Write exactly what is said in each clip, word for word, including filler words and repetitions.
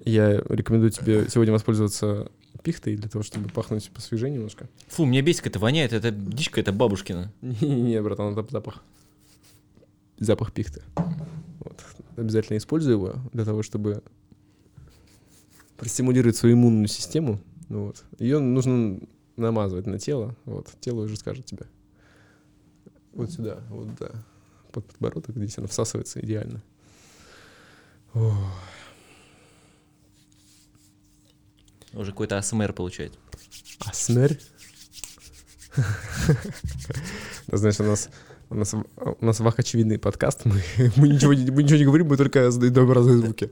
Я рекомендую тебе сегодня воспользоваться пихтой для того, чтобы пахнуть посвежее немножко. Фу, мне бесит, это воняет, это дичка, это бабушкина. Не-не, братан, это запах. Запах пихты. Вот. Обязательно используй его для того, чтобы простимулировать свою иммунную систему. Вот. Ее нужно намазывать на тело. Вот. Тело уже скажет тебе. Вот сюда, вот да. Под подбородок, здесь она всасывается идеально. Ох. Уже какой-то АСМР получается. АСМР? Знаешь, у нас у нас у нас вах-очевидный подкаст. Мы мы ничего мы ничего не говорим, мы только задаем разные звуки.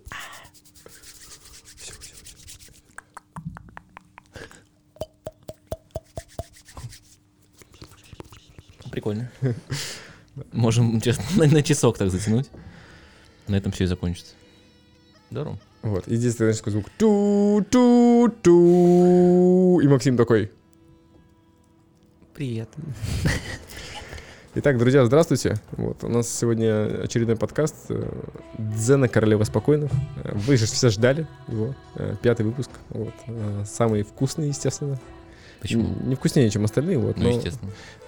Прикольно. Можем на, на часок так затянуть. На этом все и закончится. Здорово. Вот. И здесь, знаешь, такой звук. Ту-ту-ту. И Максим такой. Привет. Итак, друзья, здравствуйте. Вот. У нас сегодня очередной подкаст «Дзена Королева Спокойных». Вы же все ждали его. Пятый выпуск. Вот. Самый вкусный, естественно. Почему? Не вкуснее, чем остальные. Вот, ну, но естественно.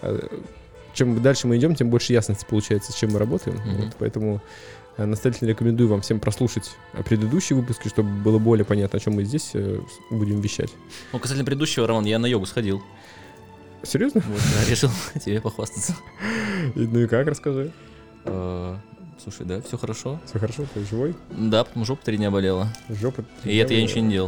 Чем дальше мы идем, тем больше ясности получается, с чем мы работаем. Mm-hmm. Вот, поэтому настоятельно рекомендую вам всем прослушать предыдущие выпуски, чтобы было более понятно, о чем мы здесь будем вещать. Ну, касательно предыдущего, Роман, я на йогу сходил. Серьезно? Вот, я решил тебе похвастаться. И, ну и как, расскажи. А, слушай, да, все хорошо. Все хорошо, ты живой? Да, потому жопа три дня болела. Жопа три И дня это я ничего не делал.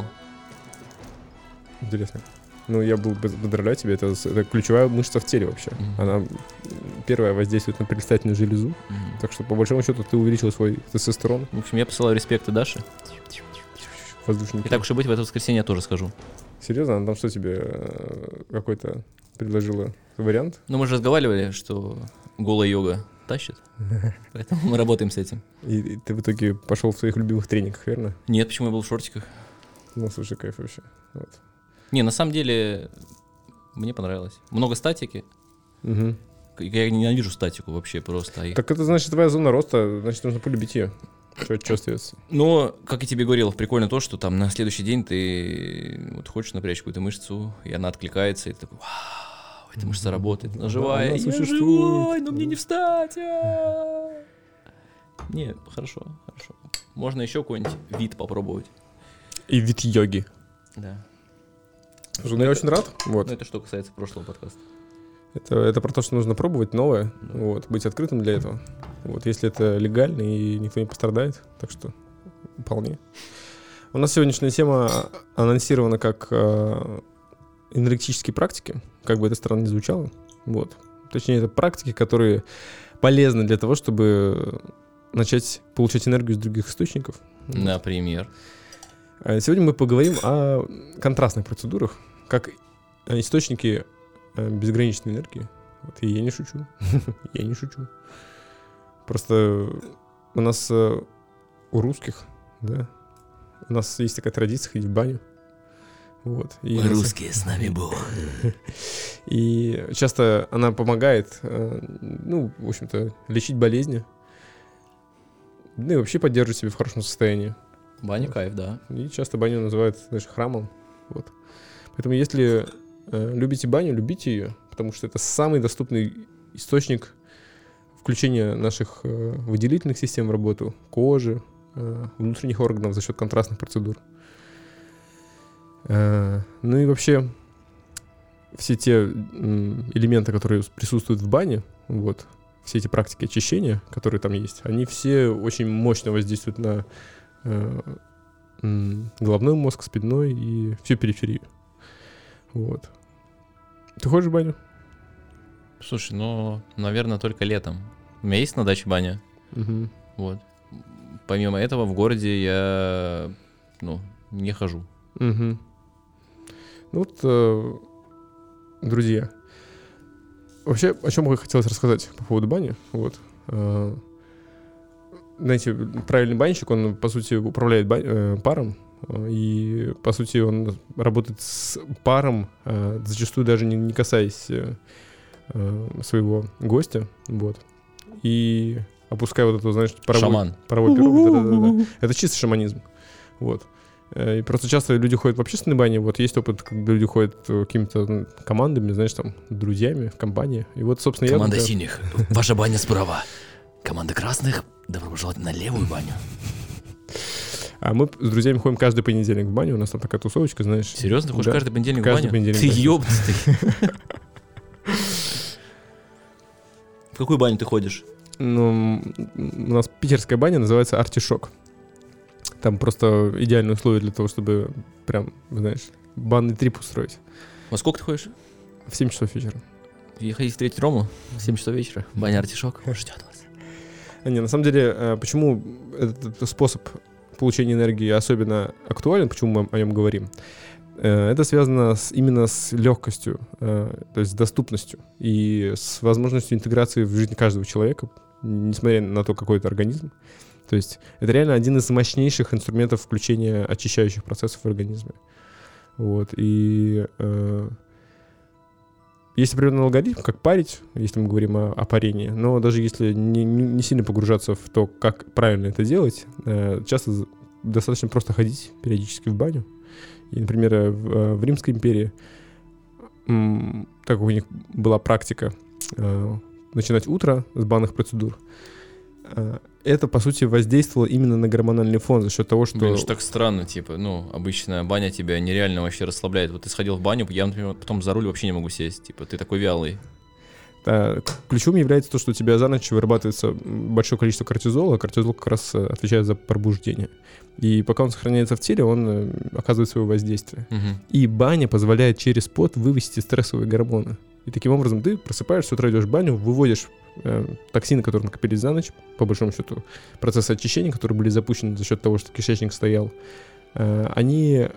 Интересно. Ну, я был поздравляю тебя, это, это ключевая мышца в теле вообще. Mm-hmm. Она первая воздействует на предстательную железу, mm-hmm. так что, по большому счету, ты увеличил свой тестостерон. В общем, я посылаю респекты Даше. Воздушники. И так уж и быть, в это воскресенье я тоже скажу. Серьезно? Она там что тебе какой-то предложила вариант? Ну, мы же разговаривали, что голая йога тащит, поэтому мы работаем с этим. И, и ты в итоге пошел в своих любимых тренингах, верно? Нет, почему я был в шортиках? Ну, слушай, кайф вообще. Вот. Не, на самом деле, мне понравилось. Много статики. Угу. Я ненавижу статику вообще просто. Их... Так это значит твоя зона роста, значит нужно полюбить ее. Что, что остается? Но, как я тебе говорил, прикольно то, что там на следующий день ты вот хочешь напрячь какую-то мышцу, и она откликается, и ты такой, вау, эта мышца работает, она живая, она я существует. живой, но мне не встать. А-а-а. Не, хорошо, хорошо. Можно еще какой-нибудь вид попробовать. И вид йоги. Да. Ну, я очень рад. Вот. Ну, это что касается прошлого подкаста. Это, это про то, что нужно пробовать новое, Да. вот, быть открытым для этого. Вот, если это легально и никто не пострадает, так что вполне. У нас сегодняшняя тема анонсирована как э, энергетические практики, как бы это странно ни звучало. Вот. Точнее, это практики, которые полезны для того, чтобы начать получать энергию из других источников. Например. Сегодня мы поговорим о контрастных процедурах, как источники безграничной энергии. Вот, и я не шучу. Я не шучу. Просто у нас у русских, да, у нас есть такая традиция ходить в баню. Вот. И русские, с нами Бог. И часто она помогает, ну, в общем-то, лечить болезни. Ну и вообще поддерживать себя в хорошем состоянии. Баня кайф, да. И часто баню называют, знаешь, храмом. Вот. Поэтому если э, любите баню, любите ее, потому что это самый доступный источник включения наших э, выделительных систем в работу, кожи, э, внутренних органов за счет контрастных процедур. Э, ну и вообще все те э, элементы, которые присутствуют в бане, вот, все эти практики очищения, которые там есть, они все очень мощно воздействуют на головной мозг, спинной и всю периферию. Вот. Ты ходишь в баню? Слушай, ну, наверное, только летом. У меня есть на даче баня. Угу. Вот. Помимо этого, в городе я, ну, не хожу. Угу. Ну вот, э, друзья, вообще, о чем бы хотелось рассказать по поводу бани. Вот. Э, Знаете, правильный банщик, он, по сути, управляет бань, э, паром, э, и, по сути, он работает с паром, э, зачастую даже не, не касаясь э, э, своего гостя, вот, и опуская вот это, знаешь, паровой, Шаман. паровой пирог. Да-да-да. Это чистый шаманизм, вот. И просто часто люди ходят в общественные бани. Вот есть опыт, когда люди ходят какими-то командами, знаешь, там, друзьями, в компании. И вот, собственно, Команда я... синих, ваша баня справа. Команда красных, добро пожаловать на левую баню. А мы с друзьями ходим каждый понедельник в баню. У нас там такая тусовочка, знаешь. Серьезно? Ходишь да. каждый понедельник каждый в баню? Понедельник, ты да. ёбнутый. В какую баню ты ходишь? Ну, у нас питерская баня называется «Артишок». Там просто идеальные условия для того, чтобы прям, знаешь, банный трип устроить. Во сколько ты ходишь? В семь часов вечера. Ехать встретить Рому в семь часов вечера. Баня «Артишок» ждет вас. А не, на самом деле, почему этот способ получения энергии особенно актуален, почему мы о нем говорим? Это связано с, именно с легкостью, то есть с доступностью и с возможностью интеграции в жизнь каждого человека, несмотря на то, какой это организм. То есть это реально один из мощнейших инструментов включения очищающих процессов в организме. Вот. И э, есть определенный алгоритм, как парить, если мы говорим о, о парении. Но даже если не, не сильно погружаться в то, как правильно это делать, э, часто достаточно просто ходить периодически в баню. И, например, в, в Римской империи, м, так как у них была практика э, начинать утро с банных процедур, э, это, по сути, воздействовало именно на гормональный фон за счет того, что... Блин, что так странно, типа, ну, обычно баня тебя нереально вообще расслабляет. Вот ты сходил в баню, я, например, потом за руль вообще не могу сесть, типа, ты такой вялый. Да, ключевым является то, что у тебя за ночь вырабатывается большое количество кортизола, а кортизол как раз отвечает за пробуждение. И пока он сохраняется в теле, он оказывает свое воздействие. Угу. И баня позволяет через пот вывести стрессовые гормоны. И таким образом ты просыпаешься, с утра идешь в баню, выводишь э, токсины, которые накопились за ночь, по большому счету, процессы очищения, которые были запущены за счет того, что кишечник стоял, э, они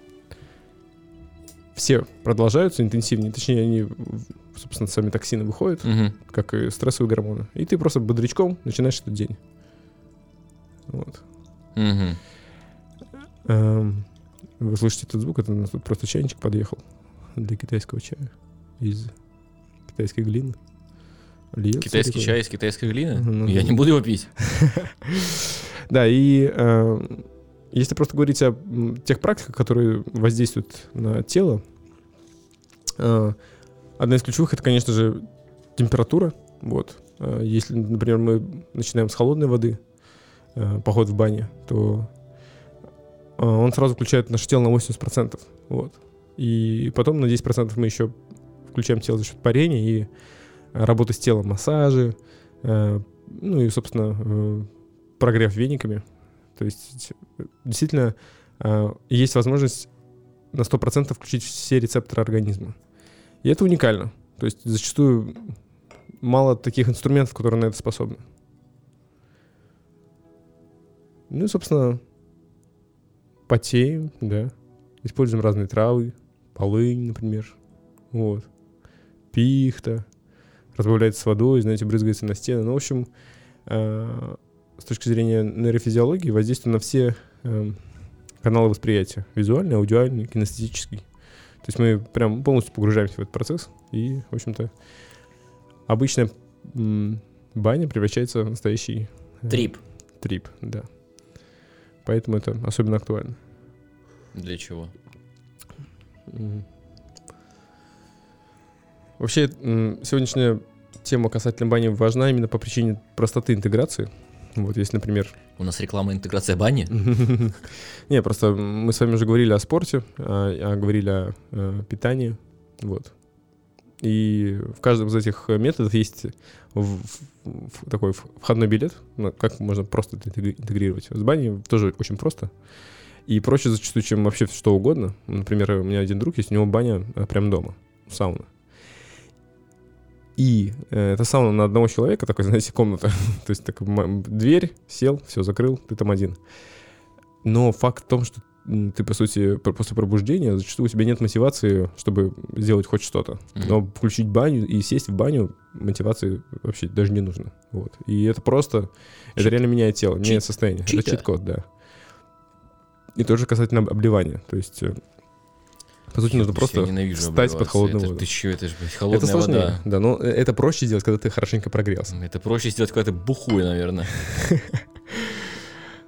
все продолжаются интенсивнее, точнее, они, собственно, сами токсины выходят, Угу. как и стрессовые гормоны. И ты просто бодрячком начинаешь этот день. Вот. Угу. Эм, вы слышите этот звук? Это у нас тут просто чайничек подъехал для китайского чая из китайской глины. Льется Китайский рекой. чай из китайской глины? Ну, Я да. не буду его пить. Да, и э, если просто говорить о м, тех практиках, которые воздействуют на тело, э, одна из ключевых — это, конечно же, температура. Вот. Э, если, например, мы начинаем с холодной воды, э, поход в бане, то э, он сразу включает наше тело на восемьдесят процентов. Вот. И потом на десять процентов мы еще включаем тело за счет парения и работы с телом, массажи, э, ну и, собственно, э, прогрев вениками. То есть действительно э, есть возможность на сто процентов включить все рецепторы организма. И это уникально. То есть зачастую мало таких инструментов, которые на это способны. Ну и, собственно, потеем, да. Используем разные травы, полынь, например. Вот. Пихта. Разбавляется с водой, знаете, брызгается на стены. Ну, в общем, э, с точки зрения нейрофизиологии воздействует на все э, каналы восприятия. Визуальный, аудиальный, кинестетический. То есть мы прям полностью погружаемся в этот процесс. И, в общем-то, обычная м, баня превращается в настоящий... Э, Трип. Трип, да. Поэтому это особенно актуально. Для чего? Мгм. Вообще, м, сегодняшняя тема касательно бани важна именно по причине простоты интеграции. Вот, если, например... У нас реклама интеграция бани? Не, просто мы с вами уже говорили о спорте, а, а говорили о, э, питании. Вот. И в каждом из этих методов есть в- в- в- такой входной билет, ну, как можно просто это интегри- интегрировать. С баней тоже очень просто. И проще зачастую, чем вообще что угодно. Например, у меня один друг есть, у него баня э, прям дома, сауна. И э, это сауна на одного человека, такой, знаете, комната. То есть так, м- дверь, сел, все, закрыл, ты там один. Но факт в том, что м, ты, по сути, пр- после пробуждения зачастую у тебя нет мотивации, чтобы сделать хоть что-то. Мгм. Но включить баню и сесть в баню мотивации вообще даже не нужно. Вот. И это просто, это Чит. реально меняет тело, Чит. меняет состояние. Чита. Это чит-код, да. И тоже касательно об- обливания. То есть, э, по сути, нужно Я просто ненавижу встать под обливаться. холодную Это- воду. Ты чё, это же, блядь, холодная Это сложнее, вода. да, но э, это проще делать, когда ты хорошенько прогрелся. Это проще сделать, когда ты бухой, наверное.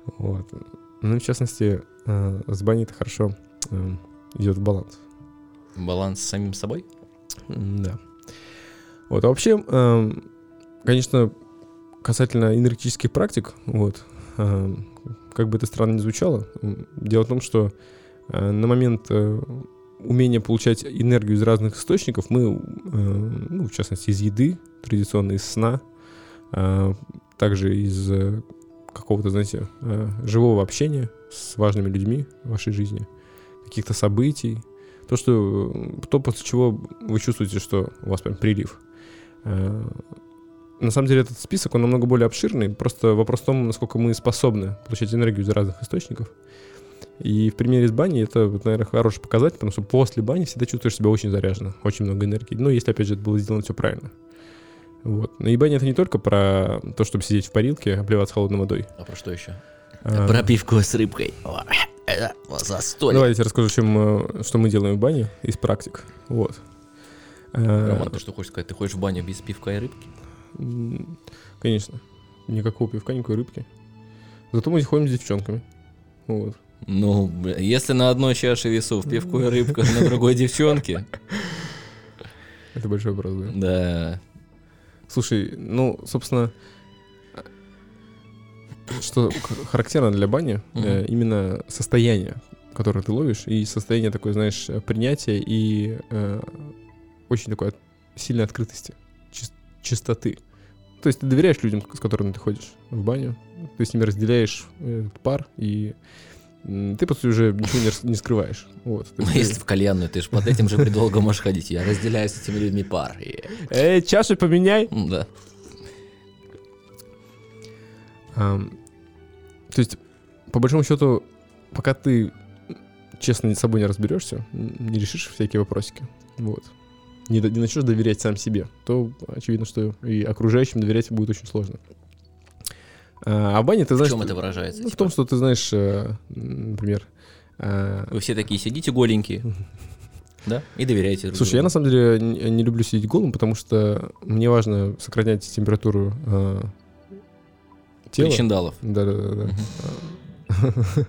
Вот. Ну, в частности, э, с баней это хорошо э, идет в баланс. Баланс с самим собой? М, Да. Вот, а вообще, э, конечно, касательно энергетических практик, вот, э, как бы это странно ни звучало, м, дело в том, что э, на момент э, умения получать энергию из разных источников мы, э, ну, в частности, из еды, традиционно из сна, э, также из э, какого-то, знаете, э, живого общения с важными людьми в вашей жизни, каких-то событий, то, что, э, то, после чего вы чувствуете, что у вас прям прилив. Э, На самом деле этот список, он намного более обширный, просто вопрос в том, насколько мы способны получать энергию из разных источников. И в примере с баней это, вот, наверное, хороший показатель, потому что после бани всегда чувствуешь себя очень заряженно, очень много энергии. Ну, если, опять же, это было сделано все правильно. Вот. Но и баня — это не только про то, чтобы сидеть в парилке, обливаться холодной водой. А про что еще? А, Про пивко с рыбкой. Застолье. Давайте я расскажу, чем, э, что мы делаем в бане из практик. Вот. А, Роман, ты что хочешь сказать? Ты ходишь в баню без пивка и рыбки? м, Конечно. Никакого пивка, никакой рыбки. Зато мы ходим с девчонками. Вот. Ну, бля, если на одной чаше весов пивко и рыбка, на другой девчонки. Это большой вопрос, да? Да. Слушай, ну, собственно, что х- характерно для бани, Мгм. э, именно состояние, которое ты ловишь, и состояние такое, знаешь, э, принятия и э, очень такой от- сильной открытости, чис- чистоты. То есть ты доверяешь людям, с которыми ты ходишь в баню, ты с ними разделяешь э, этот пар, и м, ты, по сути, уже ничего не, рас- не скрываешь. Вот. То Ну, есть ты- если в кальянную, ты же под этим же предолго можешь ходить. Я разделяю с этими людьми пар. и- Эй, чашу поменяй! М, Да. Ам, то есть, по большому счету, пока ты честно с собой не разберешься, н- не решишь всякие вопросики, вот, не, до- не начнешь доверять сам себе, то очевидно, что и окружающим доверять будет очень сложно. А, а в бане ты В знаешь... чем что- это выражается? ну, в типа? том, что ты знаешь, э, например... э, Вы все такие сидите голенькие, да? И доверяете друг Слушай, я на другу. самом деле не, не люблю сидеть голым, потому что мне важно сохранять температуру э, тела. Причиндалов. Да-да-да. Мгм.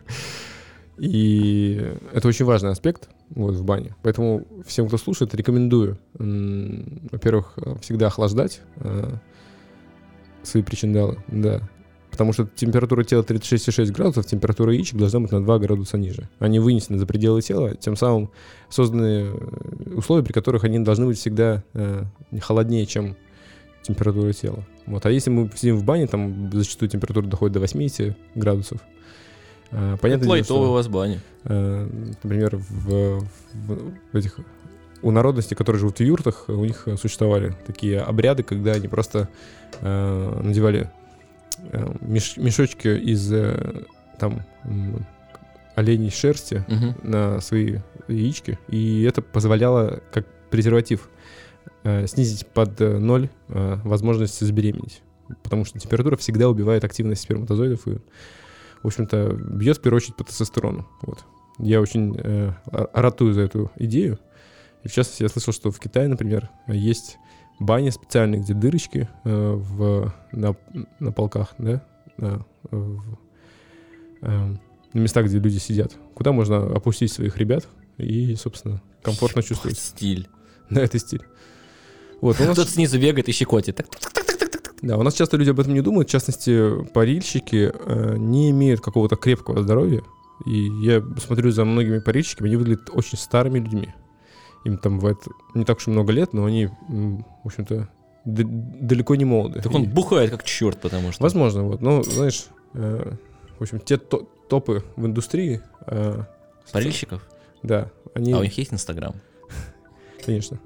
И это очень важный аспект вот, в бане. Поэтому всем, кто слушает, рекомендую, м, во-первых, э, всегда охлаждать э, свои причиндалы, да. Потому что температура тела тридцать шесть и шесть градусов, температура яичек должна быть на два градуса ниже. Они вынесены за пределы тела, тем самым созданы э, условия, при которых они должны быть всегда э, холоднее, чем температура тела. Вот. А если мы сидим в бане, там зачастую температура доходит до восемьдесят градусов. Э, понятно, Это дело, лайтовая у что, вас баня. э, например, в, в- в этих у народностей, которые живут в юртах, у них существовали такие обряды, когда они просто э, надевали э, меш- мешочки из э, там м, оленей шерсти Мгм. на свои яички, и это позволяло, как презерватив, э, снизить под э, ноль э, возможность забеременеть. Потому что температура всегда убивает активность сперматозоидов и, в общем-то, бьет в первую очередь по тестостерону. Вот. Я очень э, р- ратую за эту идею. И в частности, я слышал, что в Китае, например, есть бани специальные, где дырочки э, в, на, на полках, да, на, в, э, на местах, где люди сидят, куда можно опустить своих ребят и, собственно, комфортно Ой, чувствовать. стиль. Да, это стиль. Вот, у нас, Кто-то снизу бегает и щекотит. Так, да, у нас часто люди об этом не думают. В частности, парильщики э, не имеют какого-то крепкого здоровья. И я смотрю за многими парильщиками, они выглядят очень старыми людьми. Им там бывает не так уж и много лет, но они, м, в общем-то, д- далеко не молоды. Так он И- бухает как черт, потому что... Возможно, вот. Но, знаешь, э, в общем, те то- топы в индустрии, э, Парильщиков? да, они, А у них есть Инстаграм? конечно,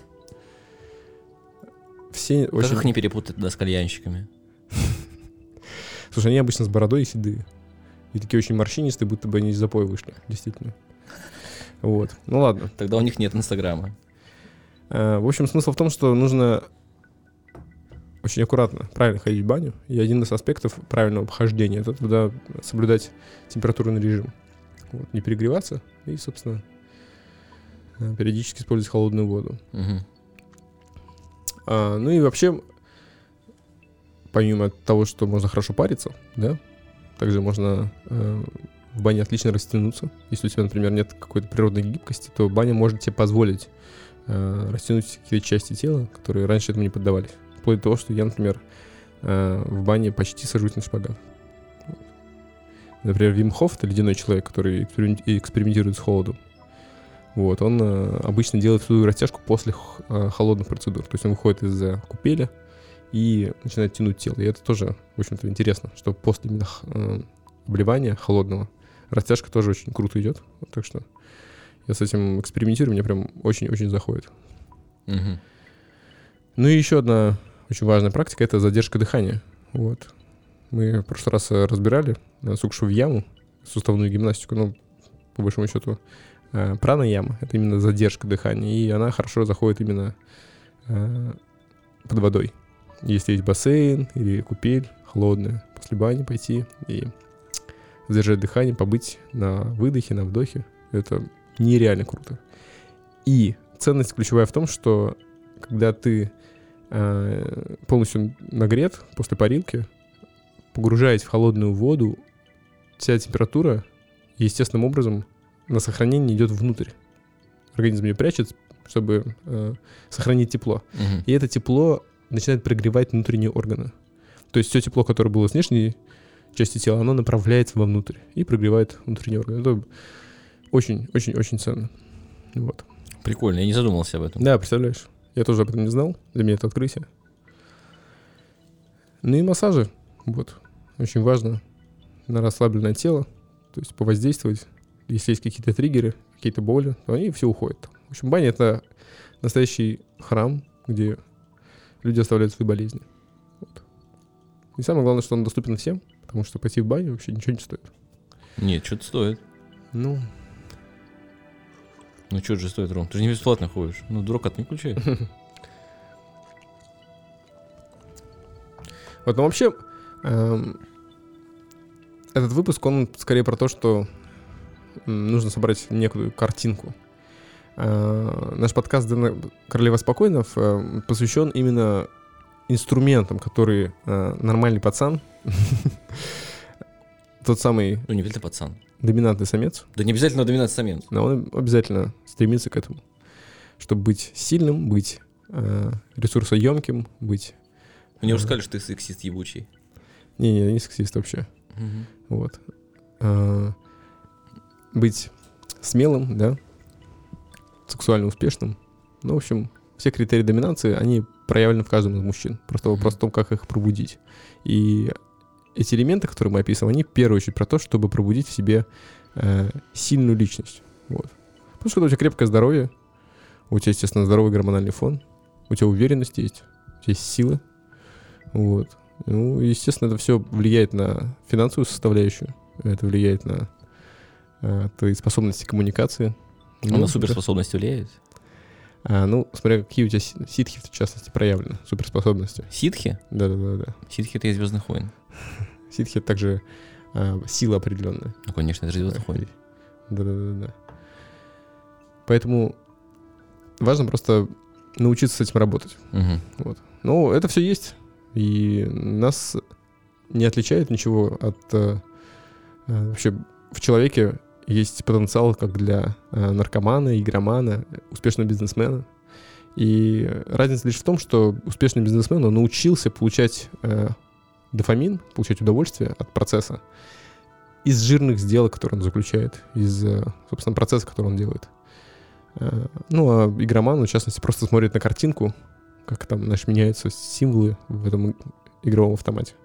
все Как очень... их не перепутать, да, с кальянщиками? Слушай, они обычно с бородой и седые. И такие очень морщинистые, будто бы они из запоя вышли, действительно. Вот. Ну ладно. Тогда у них нет Инстаграма. Э, В общем, смысл в том, что нужно очень аккуратно, правильно ходить в баню. И один из аспектов правильного хождения — это туда соблюдать температурный режим. Вот, не перегреваться и, собственно, э, периодически использовать холодную воду. Мгм. А, ну и вообще, помимо того, что можно хорошо париться, да, Также можно э, в бане отлично растянуться. Если у тебя, например, нет какой-то природной гибкости, то баня может тебе позволить э, растянуть какие-то части тела, которые раньше этому не поддавались. Вплоть до того, что я, например, э, в бане почти сажусь на шпагат. Вот. Например, Вим Хоф — это ледяной человек, который экспериментирует с холодом. Вот, он э, обычно делает свою растяжку после х- э, холодных процедур. То есть он выходит из купели и начинает тянуть тело. И это тоже, в общем-то, интересно, что после именно э, обливания холодного растяжка тоже очень круто идет. Вот, так что я с этим экспериментирую, мне прям очень-очень заходит. Угу. Ну и еще одна очень важная практика — это задержка дыхания. Вот. Мы в прошлый раз разбирали сукшу в яму, суставную гимнастику, ну, по большому счету, э, прана-яма — это именно задержка дыхания, и она хорошо заходит именно э, под водой. Если есть бассейн или купель холодная, после бани пойти и задержать дыхание, побыть на выдохе, на вдохе, это нереально круто. И ценность ключевая в том, что когда ты э, полностью нагрет после парилки, погружаясь в холодную воду, вся температура естественным образом на сохранение идет внутрь. Организм ее прячет, чтобы э, сохранить тепло. Угу. И это тепло начинает прогревать внутренние органы. То есть все тепло, которое было с внешней части тела, оно направляется вовнутрь и прогревает внутренние органы. Это очень-очень-очень ценно. Вот. Прикольно, я не задумывался об этом. Да, представляешь? Я тоже об этом не знал. Для меня это открытие. Ну и массажи. Вот. Очень важно на расслабленное тело. То есть повоздействовать. Если есть какие-то триггеры, какие-то боли, то они все уходят. В общем, баня — это настоящий храм, где люди оставляют свои болезни. Вот. И самое главное, что он доступен всем, потому что пойти в баню вообще ничего не стоит. Нет, что-то стоит. Ну... Ну что же стоит, Ром? Ты же не бесплатно ходишь. Ну, дурак-то не включай. Вот, ну вообще, эм, этот выпуск, он скорее про то, что м, нужно собрать некую картинку. Э, наш подкаст «Королева спокойнов» э, посвящен именно инструментам, которые э, нормальный пацан, тот самый Ну, не обязательно пацан. доминантный самец, Да не обязательно доминантный самец. но он обязательно стремится к этому, чтобы быть сильным, быть э, ресурсоемким, быть... Мне уже сказали, что ты сексист ебучий. Не-не, не сексист вообще. Угу. Вот. А, быть смелым, да, сексуально успешным. Ну, в общем, все критерии доминации, они проявлены в каждом из мужчин. Просто вопрос в том, как их пробудить. И эти элементы, которые мы описываем, они в первую очередь про то, чтобы пробудить в себе э, сильную личность. Вот. Потому что когда у тебя крепкое здоровье, у тебя, естественно, здоровый гормональный фон, у тебя уверенность есть, у тебя есть силы. Вот. Ну, естественно, это все влияет на финансовую составляющую, это влияет на э, твои способности коммуникации. А Ну, на суперспособности влияет? А, ну, смотря какие у тебя си- ситхи, в частности, проявлены, суперспособности. Ситхи? Да-да-да. Ситхи — это из «Звездных войн». Ситхи — это также а, сила определенная. Ну, конечно, это же «Звездных войн». Да-да-да. Поэтому важно просто научиться с этим работать. Угу. Вот. Ну, это все есть. И нас не отличает ничего от... э, э, вообще в человеке есть потенциал как для э, наркомана, игромана, успешного бизнесмена. И разница лишь в том, что успешный бизнесмен, он научился получать э, дофамин, получать удовольствие от процесса из жирных сделок, которые он заключает, из, э, собственно, процесса, который он делает. Э, ну, а игроман, в частности, просто смотрит на картинку, как там, знаешь, меняются символы в этом игровом автомате.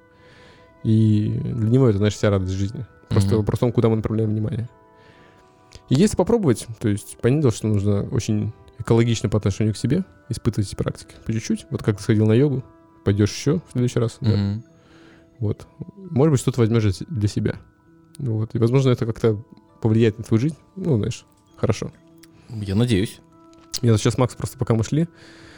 И для него это, знаешь, вся радость жизни. Просто Mm-hmm. вопрос в том, куда мы направляем внимание. И если попробовать, то есть понятно, что нужно очень экологично по отношению к себе испытывать эти практики. По чуть-чуть. Вот как ты сходил на йогу, пойдешь еще в следующий раз. Mm-hmm. Да. Вот. Может быть, что-то возьмешь для себя. Вот. И, возможно, это как-то повлияет на твою жизнь. Ну, знаешь, хорошо. Я надеюсь. Я сейчас с Максом просто пока мы шли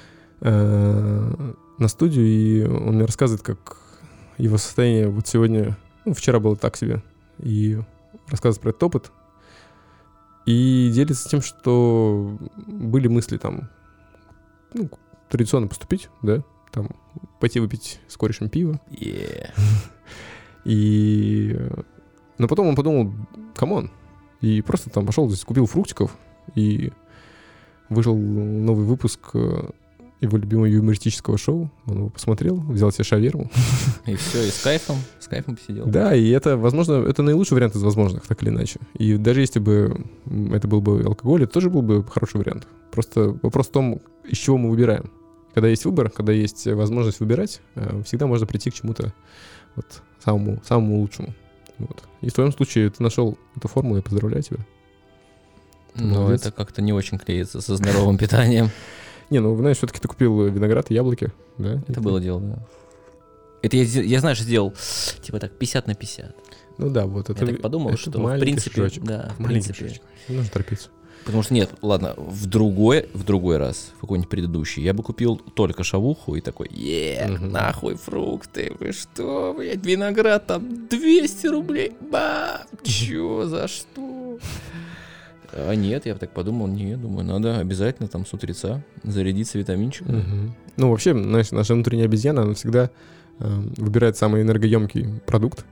на студию, и он мне рассказывает, как его состояние вот сегодня, ну, вчера было так себе, и рассказывает про этот опыт, и делится тем, что были мысли там, ну, традиционно поступить, да, там, пойти выпить с корешем пива. Yeah. И... Но потом он подумал, камон, и просто там пошел, здесь купил фруктиков, и вышел новый выпуск его любимого юмористического шоу. Он его посмотрел, взял себе шаверму. И все, и с кайфом, с кайфом посидел. Да, и это, возможно, это наилучший вариант из возможных, так или иначе. И даже если бы это был бы алкоголь, это тоже был бы хороший вариант. Просто вопрос в том, из чего мы выбираем. Когда есть выбор, когда есть возможность выбирать, всегда можно прийти к чему-то вот самому, самому лучшему. Вот. И в твоем случае ты нашел эту формулу, я поздравляю тебя. Но это как-то не очень клеится со здоровым питанием. Не, ну, знаешь, все-таки ты купил виноград и яблоки, да? Это было дело, да. Это я, я, знаешь, сделал, типа так, пятьдесят на пятьдесят. Ну да, вот это... Я так подумал, что в принципе... Да, в принципе. Не нужно торопиться. Потому что нет, ладно, в другой, в другой раз, в какой-нибудь предыдущий, я бы купил только шавуху и такой, е, угу. нахуй фрукты, вы что, блядь, виноград там двести рублей, ба, чё, за что? А нет, я так подумал, нет, думаю, надо обязательно там с утреца зарядиться витаминчиком. Угу. Ну вообще, знаешь, наша внутренняя обезьяна, она всегда э, выбирает самый энергоемкий продукт.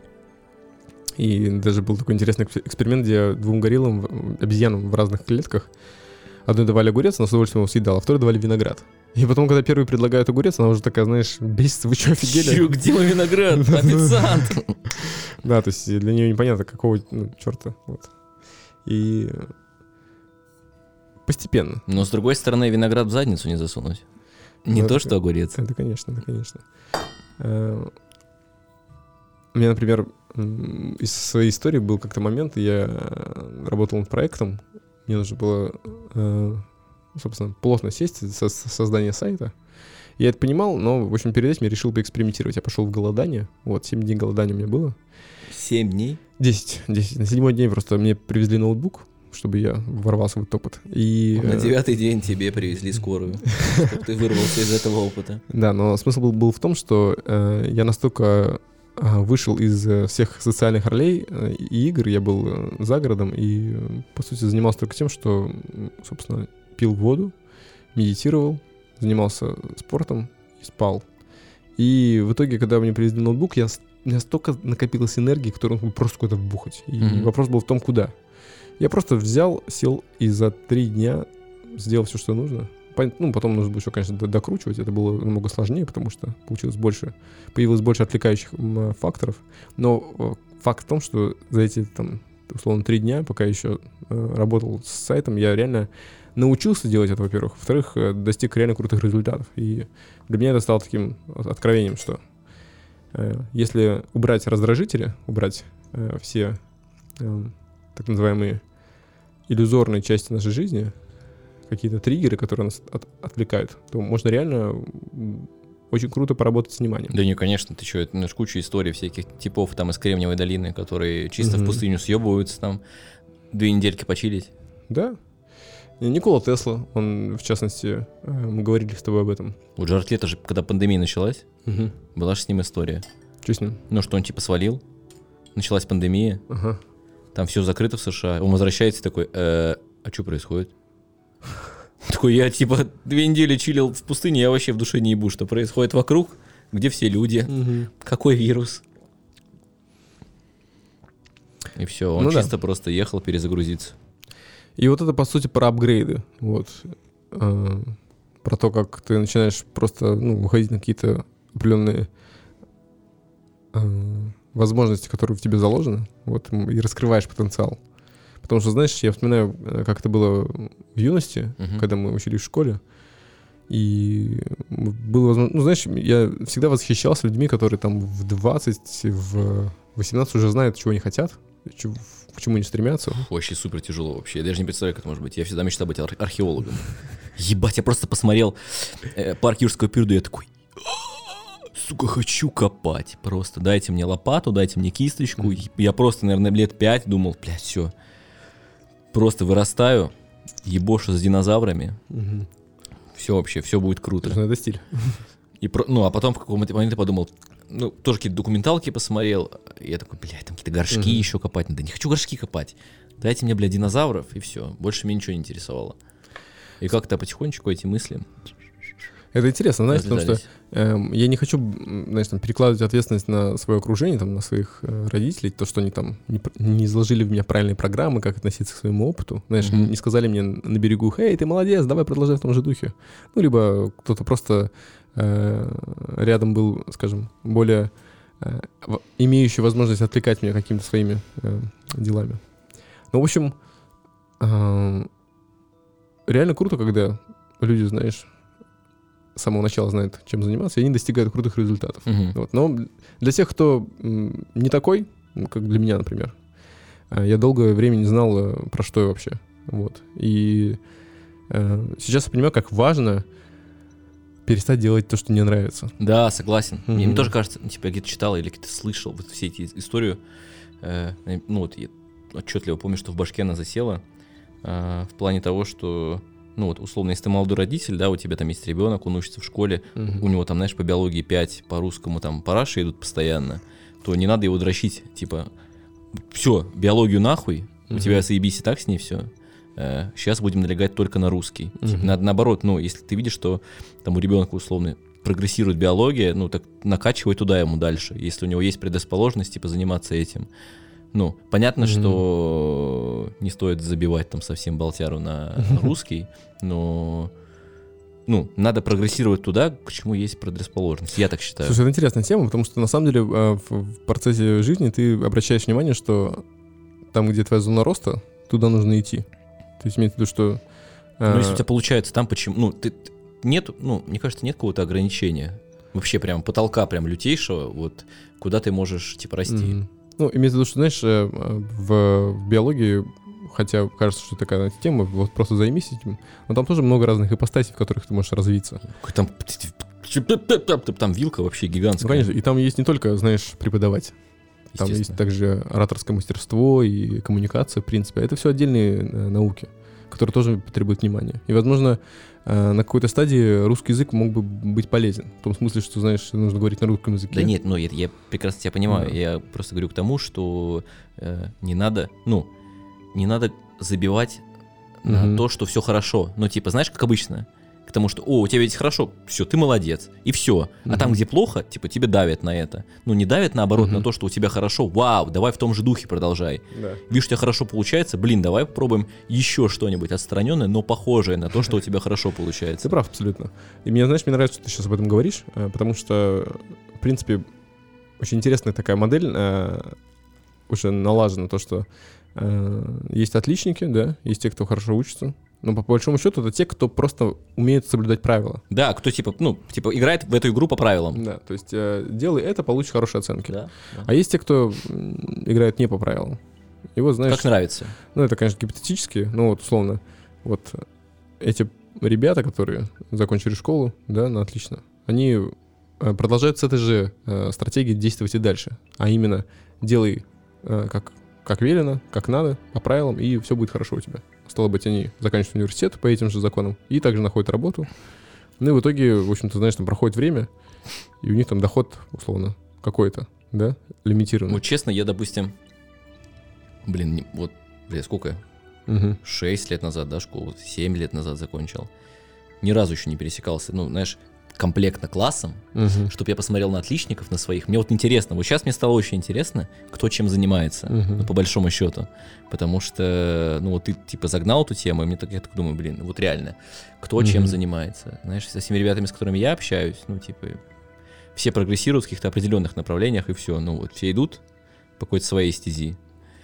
И даже был такой интересный эксперимент, где двум гориллам, обезьянам в разных клетках одной давали огурец, она с удовольствием его съедала, а второй давали виноград. И потом, когда первый предлагает огурец, она уже такая, знаешь, бесится, вы что, офигели? Чё, где мой виноград? Официант! Да, то есть для нее непонятно, какого черта. И постепенно. Но, с другой стороны, виноград в задницу не засунуть. Не то, что огурец. Это, конечно, это, конечно. У меня, например, из своей истории был как-то момент, я работал над проектом, мне нужно было, собственно, плотно сесть за создание сайта. Я это понимал, но, в общем, перед этим я решил поэкспериментировать. Я пошел в голодание, вот, семь дней голодания у меня было. семь дней? десять, десять. На седьмой день просто мне привезли ноутбук, чтобы я ворвался в этот опыт. И... На девятый день тебе привезли скорую, чтобы ты вырвался из этого опыта. Да, но смысл был, был в том, что э, я настолько э, вышел из э, всех социальных ролей э, и игр, я был э, за городом и, э, по сути, занимался только тем, что, собственно, пил воду, медитировал, занимался спортом и спал. И в итоге, когда мне привезли ноутбук, я, у меня столько накопилось энергии, которую он просто куда-то вбухать. И mm-hmm. вопрос был в том, куда. Я просто взял, сел и за три дня сделал все, что нужно. Ну, потом нужно было еще, конечно, докручивать. Это было намного сложнее, потому что получилось больше, появилось больше отвлекающих факторов. Но факт в том, что за эти, там, условно, три дня, пока еще э, работал с сайтом, я реально научился делать это, во-первых. Во-вторых, достиг реально крутых результатов. И для меня это стало таким откровением, что э, если убрать раздражители, убрать э, все э, так называемые иллюзорные части нашей жизни, какие-то триггеры, которые нас от, отвлекают, то можно реально очень круто поработать с вниманием. Да не, конечно, ты что, это ну, куча историй всяких типов там из Кремниевой долины, которые чисто mm-hmm. в пустыню съебываются, там две недельки почилить. Да. Никола Тесла, он, в частности, мы говорили с тобой об этом. У Джаред Лето же, когда пандемия началась, угу. была же с ним история. Что с ним? Ну, что он типа свалил, началась пандемия, ага. там все закрыто в США, он возвращается такой, э, а что происходит? Такой, я типа две недели чилил в пустыне, я вообще в душе не ебу, что происходит вокруг, где все люди, какой вирус. И все, он чисто просто ехал перезагрузиться. И вот это, по сути, про апгрейды. Вот. Э, про то, как ты начинаешь просто ну, выходить на какие-то определенные э, возможности, которые в тебе заложены, вот, и раскрываешь потенциал. Потому что, знаешь, я вспоминаю, как это было в юности, uh-huh. когда мы учились в школе. И было возможно... Ну, знаешь, я всегда восхищался людьми, которые там в двадцать, в восемнадцать уже знают, чего они хотят, к чему они стремятся. Вообще супер тяжело вообще. Я даже не представляю, как это может быть. Я всегда мечтал быть ар- археологом. Ебать, я просто посмотрел э, парк юрского периода, я такой, сука, хочу копать. Просто дайте мне лопату, дайте мне кисточку. Mm-hmm. Я просто, наверное, лет пять думал, блядь, все. Просто вырастаю, ебошу с динозаврами. Mm-hmm. Все вообще, все будет круто. Это надо стиль. И про, ну, а потом в каком-то моменте подумал, ну, тоже какие-то документалки посмотрел, и я такой, блядь, там какие-то горшки uh-huh. еще копать надо. Не хочу горшки копать. Дайте мне, блядь, динозавров, и все. Больше меня ничего не интересовало. И как-то потихонечку эти мысли... Это интересно, знаешь, потому что э, я не хочу, знаешь, там, перекладывать ответственность на свое окружение, там, на своих э, родителей, то, что они там не, не изложили в меня правильные программы, как относиться к своему опыту. Знаешь, mm-hmm. не сказали мне на берегу: «Эй, ты молодец, давай продолжай в том же духе». Ну, либо кто-то просто э, рядом был, скажем, более э, имеющий возможность отвлекать меня какими-то своими э, делами. Ну, в общем, э, реально круто, когда люди, знаешь, с самого начала знают, чем заниматься, и они достигают крутых результатов. Uh-huh. Вот. Но для тех, кто м, не такой, как для меня, например, я долгое время не знал, про что я вообще. Вот. И э, сейчас я понимаю, как важно перестать делать то, что мне нравится. Да, согласен. Uh-huh. Мне, мне тоже кажется, типа, я где-то читал или где-то слышал вот все эти истории. Э, ну вот я отчетливо помню, что в башке она засела э, в плане того, что ну вот, условно, если ты молодой родитель, да, у тебя там есть ребенок, он учится в школе, uh-huh. у него там, знаешь, по биологии пять, по русскому там параши идут постоянно, то не надо его дрочить, типа, все, биологию нахуй, uh-huh. у тебя заебись и так с ней все, э, сейчас будем налегать только на русский. Uh-huh. Типа, надо наоборот, ну, если ты видишь, что там у ребенка, условно, прогрессирует биология, ну, так накачивай туда ему дальше, если у него есть предрасположенность, типа, заниматься этим. Ну, понятно, mm-hmm. что не стоит забивать там совсем болтяру на русский, но ну, надо прогрессировать туда, к чему есть предрасположенность, я так считаю. Слушай, это интересная тема, потому что на самом деле в процессе жизни ты обращаешь внимание, что там, где твоя зона роста, туда нужно идти. То есть имеется в виду, что... Ну, если у тебя получается там, почему... Ну, ты, нет, ну, мне кажется, нет какого-то ограничения. Вообще прям потолка прям лютейшего, вот куда ты можешь, типа, расти. Mm-hmm. Ну, имеется в виду, что, знаешь, в биологии, хотя кажется, что такая тема, вот просто займись этим, но там тоже много разных ипостасей, в которых ты можешь развиться. Там, там вилка вообще гигантская. Ну, конечно, и там есть не только, знаешь, преподавать. Там есть также ораторское мастерство и коммуникация, в принципе. Это все отдельные науки, которые тоже требуют внимания. И, возможно, на какой-то стадии русский язык мог бы быть полезен. В том смысле, что, знаешь, нужно говорить на русском языке. Да нет, ну я, я прекрасно тебя понимаю. Да. Я просто говорю к тому, что э, не надо, ну, не надо забивать mm-hmm. на то, что все хорошо. Ну, типа, знаешь, как обычно, к тому, что, о, у тебя ведь хорошо, все, ты молодец, и все. Mm-hmm. А там, где плохо, типа, тебе давят на это. Ну, не давят, наоборот, mm-hmm. на то, что у тебя хорошо, вау, давай в том же духе продолжай. Да. Видишь, у тебя хорошо получается, блин, давай попробуем еще что-нибудь отстраненное, но похожее на то, что у тебя хорошо получается. Ты прав, абсолютно. И мне, знаешь, мне нравится, что ты сейчас об этом говоришь, потому что, в принципе, очень интересная такая модель, уже налажена, то, что есть отличники, да, есть те, кто хорошо учится. Но по большому счету это те, кто просто умеет соблюдать правила. Да, кто типа, ну, типа играет в эту игру по правилам. Да, то есть э, делай это, получишь хорошие оценки. Да, да. А есть те, кто играет не по правилам. И вот, знаешь, как нравится. Ну, это, конечно, гипотетически, но вот условно, вот эти ребята, которые закончили школу, да, ну, отлично, они продолжают с этой же э, стратегией действовать и дальше. А именно, делай э, как, как велено, как надо, по правилам, и все будет хорошо у тебя. Стало быть, они заканчивают университет по этим же законам и также находят работу. Ну и в итоге, в общем-то, знаешь, там проходит время, и у них там доход, условно, какой-то, да, лимитированный. Ну, честно, я, допустим, блин, не, вот, блин, сколько? Угу. шесть лет назад, да, школу, семь лет назад закончил. Ни разу еще не пересекался, ну, знаешь, комплектно классом, uh-huh. чтобы я посмотрел на отличников, на своих. Мне вот интересно, вот сейчас мне стало очень интересно, кто чем занимается, uh-huh. ну, по большому счету. Потому что, ну, вот ты, типа, загнал эту тему, и мне так, я так думаю, блин, вот реально, кто uh-huh. чем занимается. Знаешь, со всеми ребятами, с которыми я общаюсь, ну, типа, все прогрессируют в каких-то определенных направлениях, и все. Ну, вот все идут по какой-то своей стези.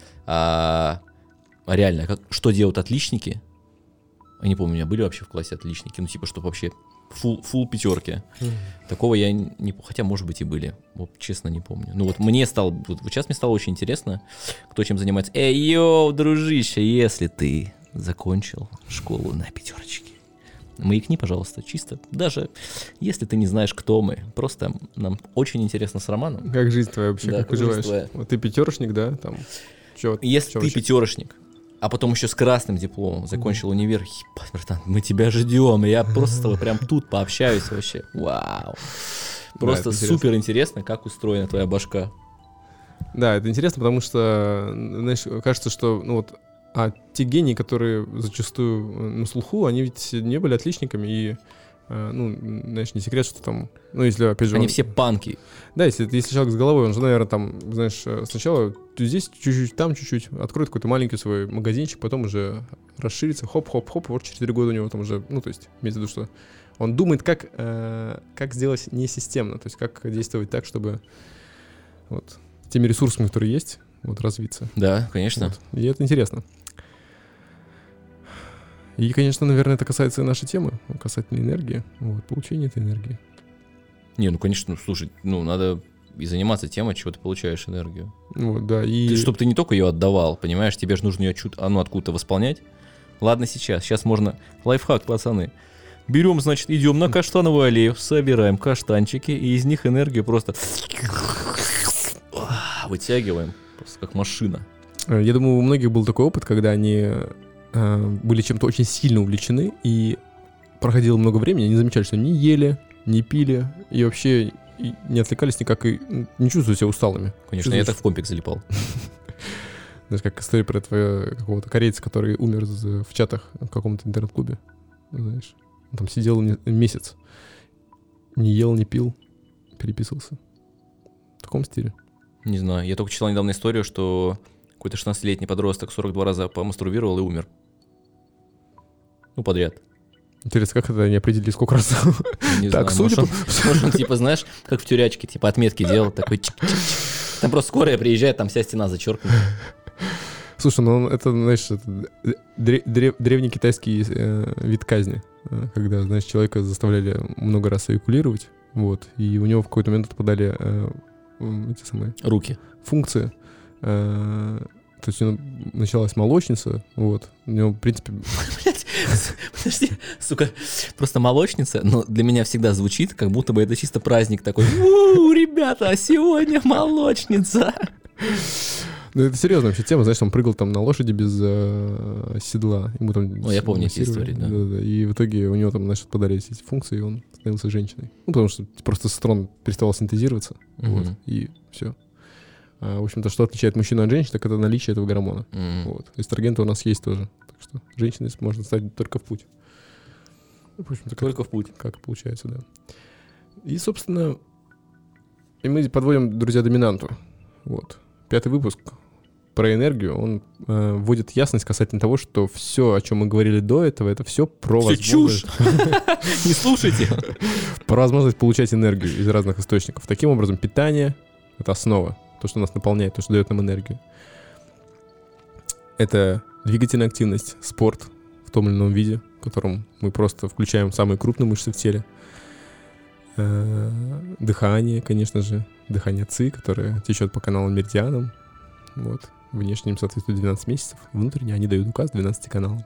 А, а реально, как, что делают отличники? Я не помню, у меня были вообще в классе отличники, ну, типа, чтобы вообще Фул, фул пятерки. Mm. Такого я не... Хотя, может быть, и были. Вот, честно, не помню. Ну вот мне стало... Вот сейчас мне стало очень интересно, кто чем занимается. Эй, йоу, дружище, если ты закончил школу на пятерочке, маякни, пожалуйста, чисто. Даже если ты не знаешь, кто мы. Просто нам очень интересно с Романом. Как жизнь твоя вообще, да, как поживаешь? Вот ты пятерочник, да? Там, чё, если чё ты вообще? Пятерочник, а потом еще с красным дипломом закончил mm-hmm. универ. Ебать, братан, мы тебя ждем. Я просто с тобой прям тут пообщаюсь вообще. Вау. Просто да, супер интересно, как устроена твоя башка. Да, это интересно, потому что, знаешь, кажется, что, ну вот, а те гении, которые зачастую на слуху, они ведь не были отличниками, и э, ну, знаешь, не секрет, что там, ну, если, опять же... Они он, все панки. Да, если, если человек с головой, он же, наверное, там, знаешь, сначала здесь чуть-чуть, там чуть-чуть, откроет какой-то маленький свой магазинчик, потом уже расширится, хоп-хоп-хоп, вот через три года у него там уже, ну, то есть, имеется в виду, что он думает, как, э, как сделать несистемно, то есть, как действовать так, чтобы вот теми ресурсами, которые есть, вот, развиться. Да, конечно. Вот. И это интересно. И, конечно, наверное, это касается и нашей темы, касательно энергии, вот, получения этой энергии. Не, ну, конечно, ну, слушай, ну, надо и заниматься тем, от чего ты получаешь энергию. Вот, да, и... Чтобы ты не только ее отдавал, понимаешь, тебе же нужно ее чуть, а, ну, откуда-то восполнять. Ладно сейчас, сейчас можно... Лайфхак, пацаны. Берем, значит, идем на каштановую аллею, собираем каштанчики, и из них энергию просто... вытягиваем, просто как машина. Я думаю, у многих был такой опыт, когда они э, были чем-то очень сильно увлечены, и проходило много времени, они замечали, что не ели, не пили, и вообще и не отвлекались никак, и не чувствуют себя усталыми. Конечно, я так в компик залипал. Знаешь, как история про твоего какого-то корейца, который умер в чатах в каком-то интернет-клубе. Знаешь, он там сидел месяц, не ел, не пил, переписывался. В таком стиле. Не знаю, я только читал недавно историю, что какой-то шестнадцатилетний подросток сорок два раза помастурбировал и умер. Ну, подряд. Интересно, как это они определили, сколько раз? Не так, знаю, судя может, он, может, он, типа, знаешь, как в тюрячке, типа, отметки делал, такой чик-чик-чик. Там просто скорая приезжает, там вся стена зачеркнута. Слушай, ну это, знаешь, это древ- древ- древний китайский э, вид казни, когда, знаешь, человека заставляли много раз эякулировать, вот, и у него в какой-то момент отпадали э, эти самые... Руки. Функции. Э, то есть у него началась молочница, вот, у него, в принципе... Подожди, сука, просто молочница, но для меня всегда звучит, как будто бы это чисто праздник такой. У, ребята, сегодня молочница. Ну, это серьезная вообще тема, знаешь, он прыгал там на лошади без э, седла. Ему там О, я помню эти истории, да. Да, да. И в итоге у него там, значит, отпадали эти функции, и он становился женщиной. Ну, потому что просто тестостерон переставал синтезироваться, uh-huh. вот, и все. А, в общем-то, что отличает мужчину от женщины, так это наличие этого гормона. Uh-huh. Вот. Эстроген-то у нас есть тоже. Так что женщиной можно стать только в путь. В общем-то, только как, в путь. Как получается, да. И, собственно, и мы подводим, друзья, доминанту. Вот. Пятый выпуск про энергию, он э, вводит ясность касательно того, что все, о чем мы говорили до этого, это все про все возможность... чушь! Не слушайте! Про возможность получать энергию из разных источников. Таким образом, питание — это основа. То, что нас наполняет, то, что дает нам энергию. Это двигательная активность, спорт в том или ином виде, в котором мы просто включаем самые крупные мышцы в теле. Э, дыхание, конечно же. Дыхание ЦИ, которое течет по каналам меридианам. Вот. Внешне им соответствует двенадцать месяцев. Внутренне они дают указ двенадцати каналам.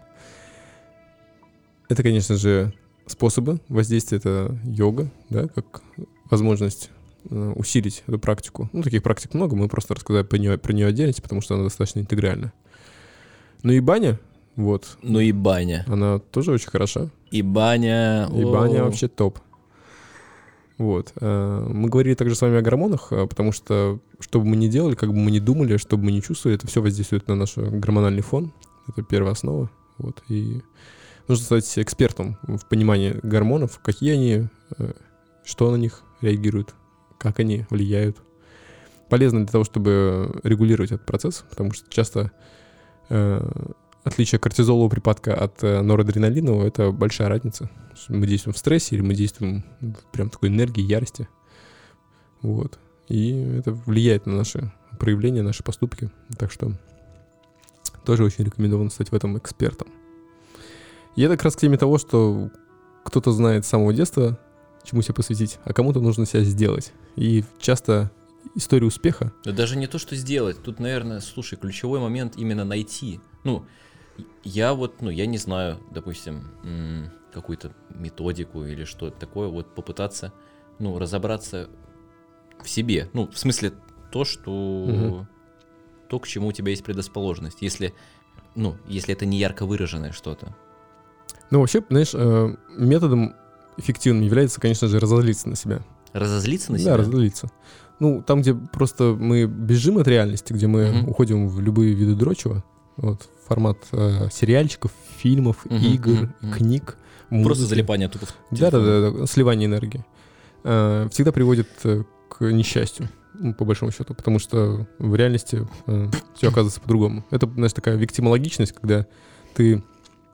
Это, конечно же, способы воздействия. Это йога, да, как возможность э, усилить эту практику. Ну, таких практик много, мы просто рассказали про нее, про нее отдельно, потому что она достаточно интегральна. Ну и баня, вот. Ну и баня. Она тоже очень хороша. И баня... И баня вообще топ. Вот. Мы говорили также с вами о гормонах, потому что, что бы мы ни делали, как бы мы ни думали, что бы мы ни чувствовали, это все воздействует на наш гормональный фон. Это первая основа. Вот. И нужно стать экспертом в понимании гормонов, какие они, что на них реагируют, как они влияют. Полезно для того, чтобы регулировать этот процесс, потому что часто э, отличие кортизолового припадка от э, норадреналинового — это большая разница. Мы действуем в стрессе или мы действуем в прям такой энергии, ярости. Вот. И это влияет на наши проявления, наши поступки. Так что тоже очень рекомендовано стать в этом экспертом. И это как раз к теме того, что кто-то знает с самого детства, чему себя посвятить, а кому-то нужно себя сделать. И часто история успеха... Да даже не то, что сделать. Тут, наверное, слушай, ключевой момент именно найти. Ну, я вот, ну, я не знаю, допустим, м- какую-то методику или что-то такое, вот попытаться, ну, разобраться в себе. Ну, в смысле, то, что... Угу. То, к чему у тебя есть предрасположенность. Если, ну, если это не ярко выраженное что-то. Ну, вообще, знаешь, методом эффективным является, конечно же, разозлиться на себя. Разозлиться на себя? Да, разозлиться. Ну, там, где просто мы бежим от реальности, где мы uh-huh. уходим в любые виды дрочева, вот, формат э, сериальчиков, фильмов, uh-huh, игр, uh-huh. книг, музыки. Просто залипание тупо в Да, да, телефон. да, да, сливание энергии. Э, Всегда приводит э, к несчастью, ну, по большому счету, потому что в реальности все оказывается по-другому. Это, знаешь, такая виктимологичность, когда ты...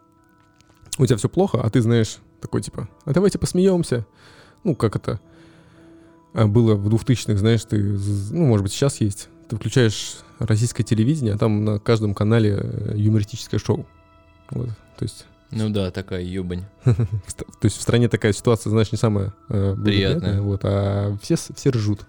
У тебя все плохо, а ты знаешь, такой типа, а давайте посмеемся. Ну, как это а, было в двухтысячных, знаешь, ты, з- ну, может быть, сейчас есть. Ты включаешь российское телевидение, а там на каждом канале э, юмористическое шоу. Вот, то есть... Ну да, такая ёбань. В ст- То есть в стране такая ситуация, знаешь, не самая э, благоприятная, Приятная. вот, а все, с- все ржут.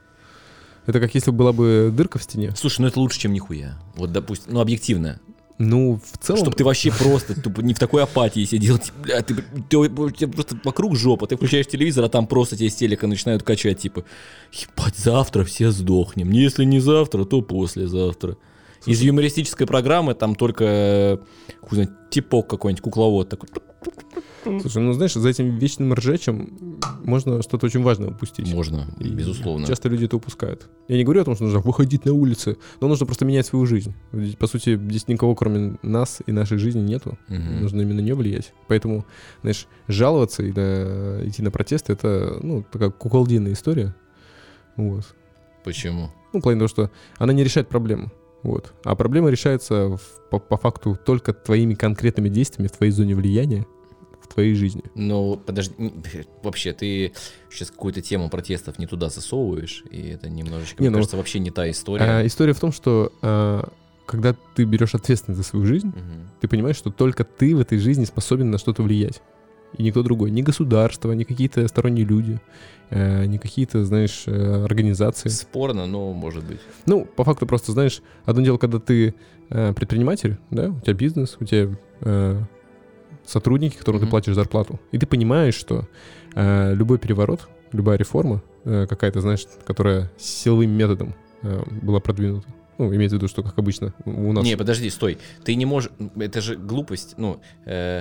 Это как если бы была бы дырка в стене. Слушай, ну это лучше, чем нихуя. Вот, допустим, ну объективно. Ну, в целом... Чтобы ты вообще просто тупо не в такой апатии сидел, типа, бля, ты, ты- у тебя просто вокруг жопа, ты включаешь телевизор, а там просто тебе с телека начинают качать, типа, ебать, завтра все сдохнем, если не завтра, то послезавтра. Из юмористической программы там только, э, хуй знает, типок какой-нибудь, кукловод такой. Слушай, ну знаешь, за этим вечным ржечем можно что-то очень важное упустить. Можно, И безусловно. Часто люди это упускают. Я не говорю о том, что нужно выходить на улицы, но нужно просто менять свою жизнь. Ведь, по сути, здесь никого, кроме нас и нашей жизни, нету. Мгм. Нужно именно на нее влиять. Поэтому, знаешь, жаловаться и на- идти на протесты — это, ну, такая куколдинная история. Вот. Почему? Ну, в плане того, что она не решает проблему. Вот. А проблема решается в- по, по факту только твоими конкретными действиями в твоей зоне влияния, в твоей жизни. Ну, подожди, н- вообще, ты сейчас какую-то тему протестов не туда засовываешь, и это немножечко, Не, мне ну, кажется, вообще не та история. А, история в том, что а, когда ты берешь ответственность за свою жизнь, Мгм. ты понимаешь, что только ты в этой жизни способен на что-то влиять. И никто другой. Ни государство, ни какие-то сторонние люди, э, ни какие-то, знаешь, э, организации. Спорно, но может быть. Ну, по факту просто, знаешь, одно дело, когда ты э, предприниматель, да, у тебя бизнес, у тебя э, сотрудники, которым Мгм. ты платишь зарплату, и ты понимаешь, что э, любой переворот, любая реформа э, какая-то, знаешь, которая силовым методом э, была продвинута, ну, имеется в виду, что, как обычно, у нас... Не, подожди, стой. Ты не можешь... Это же глупость. Ну, э,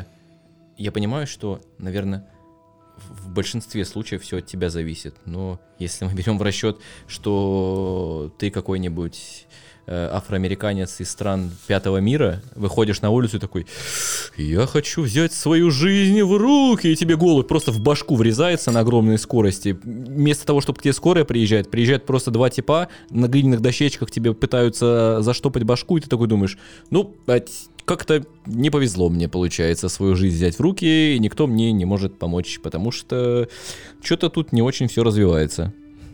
я понимаю, что, наверное, в в большинстве случаев все от тебя зависит. Но если мы берем в расчет, что ты какой-нибудь э, афроамериканец из стран пятого мира, выходишь на улицу и такой: я хочу взять свою жизнь в руки, и тебе голубь просто в башку врезается на огромной скорости. Вместо того, чтобы к тебе скорая приезжает, приезжают просто два типа, на глиняных дощечках тебе пытаются заштопать башку, и ты такой думаешь: ну, блядь, как-то не повезло мне, получается, свою жизнь взять в руки, и никто мне не может помочь, потому что что-то тут не очень все развивается.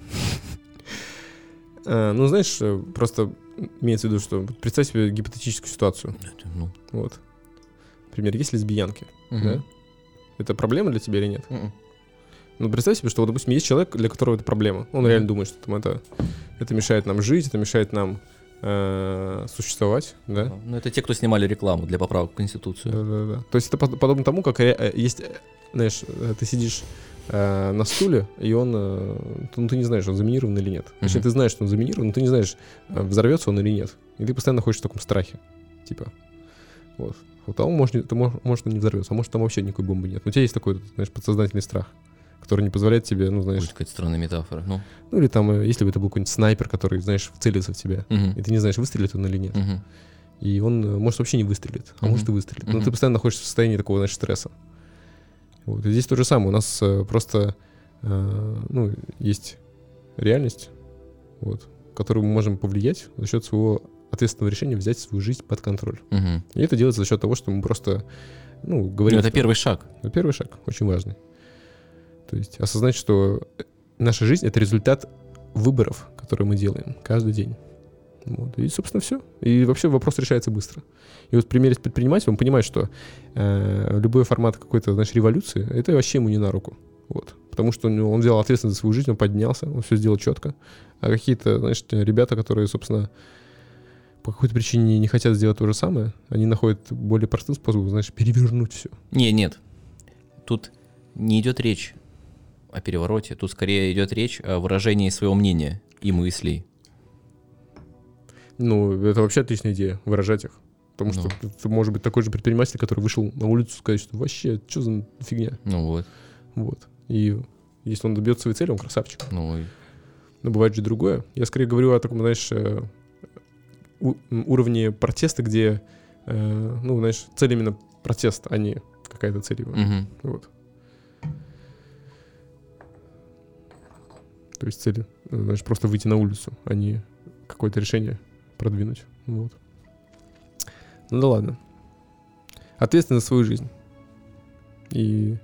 Э, ну, знаешь, э, просто имеется в виду, что представь себе гипотетическую ситуацию. Это, ну, Вот. Например, есть лесбиянки, мгм. да? Это проблема для тебя или нет? Мгм. Ну, представь себе, что, вот, допустим, есть человек, для которого это проблема. Он реально думает, что там это, это мешает нам жить, это мешает нам э, существовать, да? Ну, это те, кто снимали рекламу для поправок в Конституцию. Да-да-да. То есть это под- подобно тому, как ре- э, есть, э, знаешь, э, ты сидишь э, на стуле, и он, э, ну, ты не знаешь, он заминирован или нет. Точнее, Мгм. ты знаешь, что он заминирован, но ты не знаешь, э, взорвется он или нет. И ты постоянно находишься в таком страхе. Типа, вот. Вот, а он может, не- ты мож- может, он не взорвется, а может, там вообще никакой бомбы нет. Но у тебя есть такой, знаешь, подсознательный страх, который не позволяет тебе, ну, знаешь, Будет какая-то странная метафора. Ну, ну, или там, э, если бы это был какой-нибудь снайпер, который, знаешь, целится в тебя, мгм. и ты не знаешь, выстрелит он или нет. Мгм. И он, э, может, вообще не выстрелит, а Мгм. может и выстрелит. Но Мгм. ты постоянно находишься в состоянии такого, знаешь, стресса. Вот. И здесь то же самое. У нас э, просто, э, ну, есть реальность, вот, которую мы можем повлиять за счет своего ответственного решения взять свою жизнь под контроль. Мгм. И это делается за счет того, что мы просто, ну, Ну, говорим... это что- первый шаг. Ну, первый шаг, очень важный. То есть осознать, что наша жизнь — это результат выборов, которые мы делаем каждый день. Вот. И, собственно, все. И вообще вопрос решается быстро. И вот в примере с предпринимателем он понимает, что э, любой формат какой-то, знаешь, революции — это вообще ему не на руку. Вот. Потому что у него- он взял ответственность за свою жизнь, он поднялся, он все сделал четко. А какие-то, знаешь, те ребята, которые, собственно, по какой-то причине не хотят сделать то же самое, они находят более простым способом, знаешь, перевернуть все. Не, нет. Тут не идет речь о перевороте. Тут скорее идет речь о выражении своего мнения и мыслей. Ну, это вообще отличная идея, выражать их. Потому что Ну. ты, ты может быть такой же предприниматель, который вышел на улицу и сказать, что вообще, что за фигня. Ну вот. Вот. И если он добьется своей цели, он красавчик. Ну, и- Но бывает же другое. Я скорее говорю о таком, знаешь, э, у- м, уровне протеста, где, э, ну, знаешь, цель именно протест, а не какая-то цель его. мгм. Вот. То есть цель, значит, просто выйти на улицу, а не какое-то решение продвинуть. Вот. Ну да ладно. Ответственность за свою жизнь. И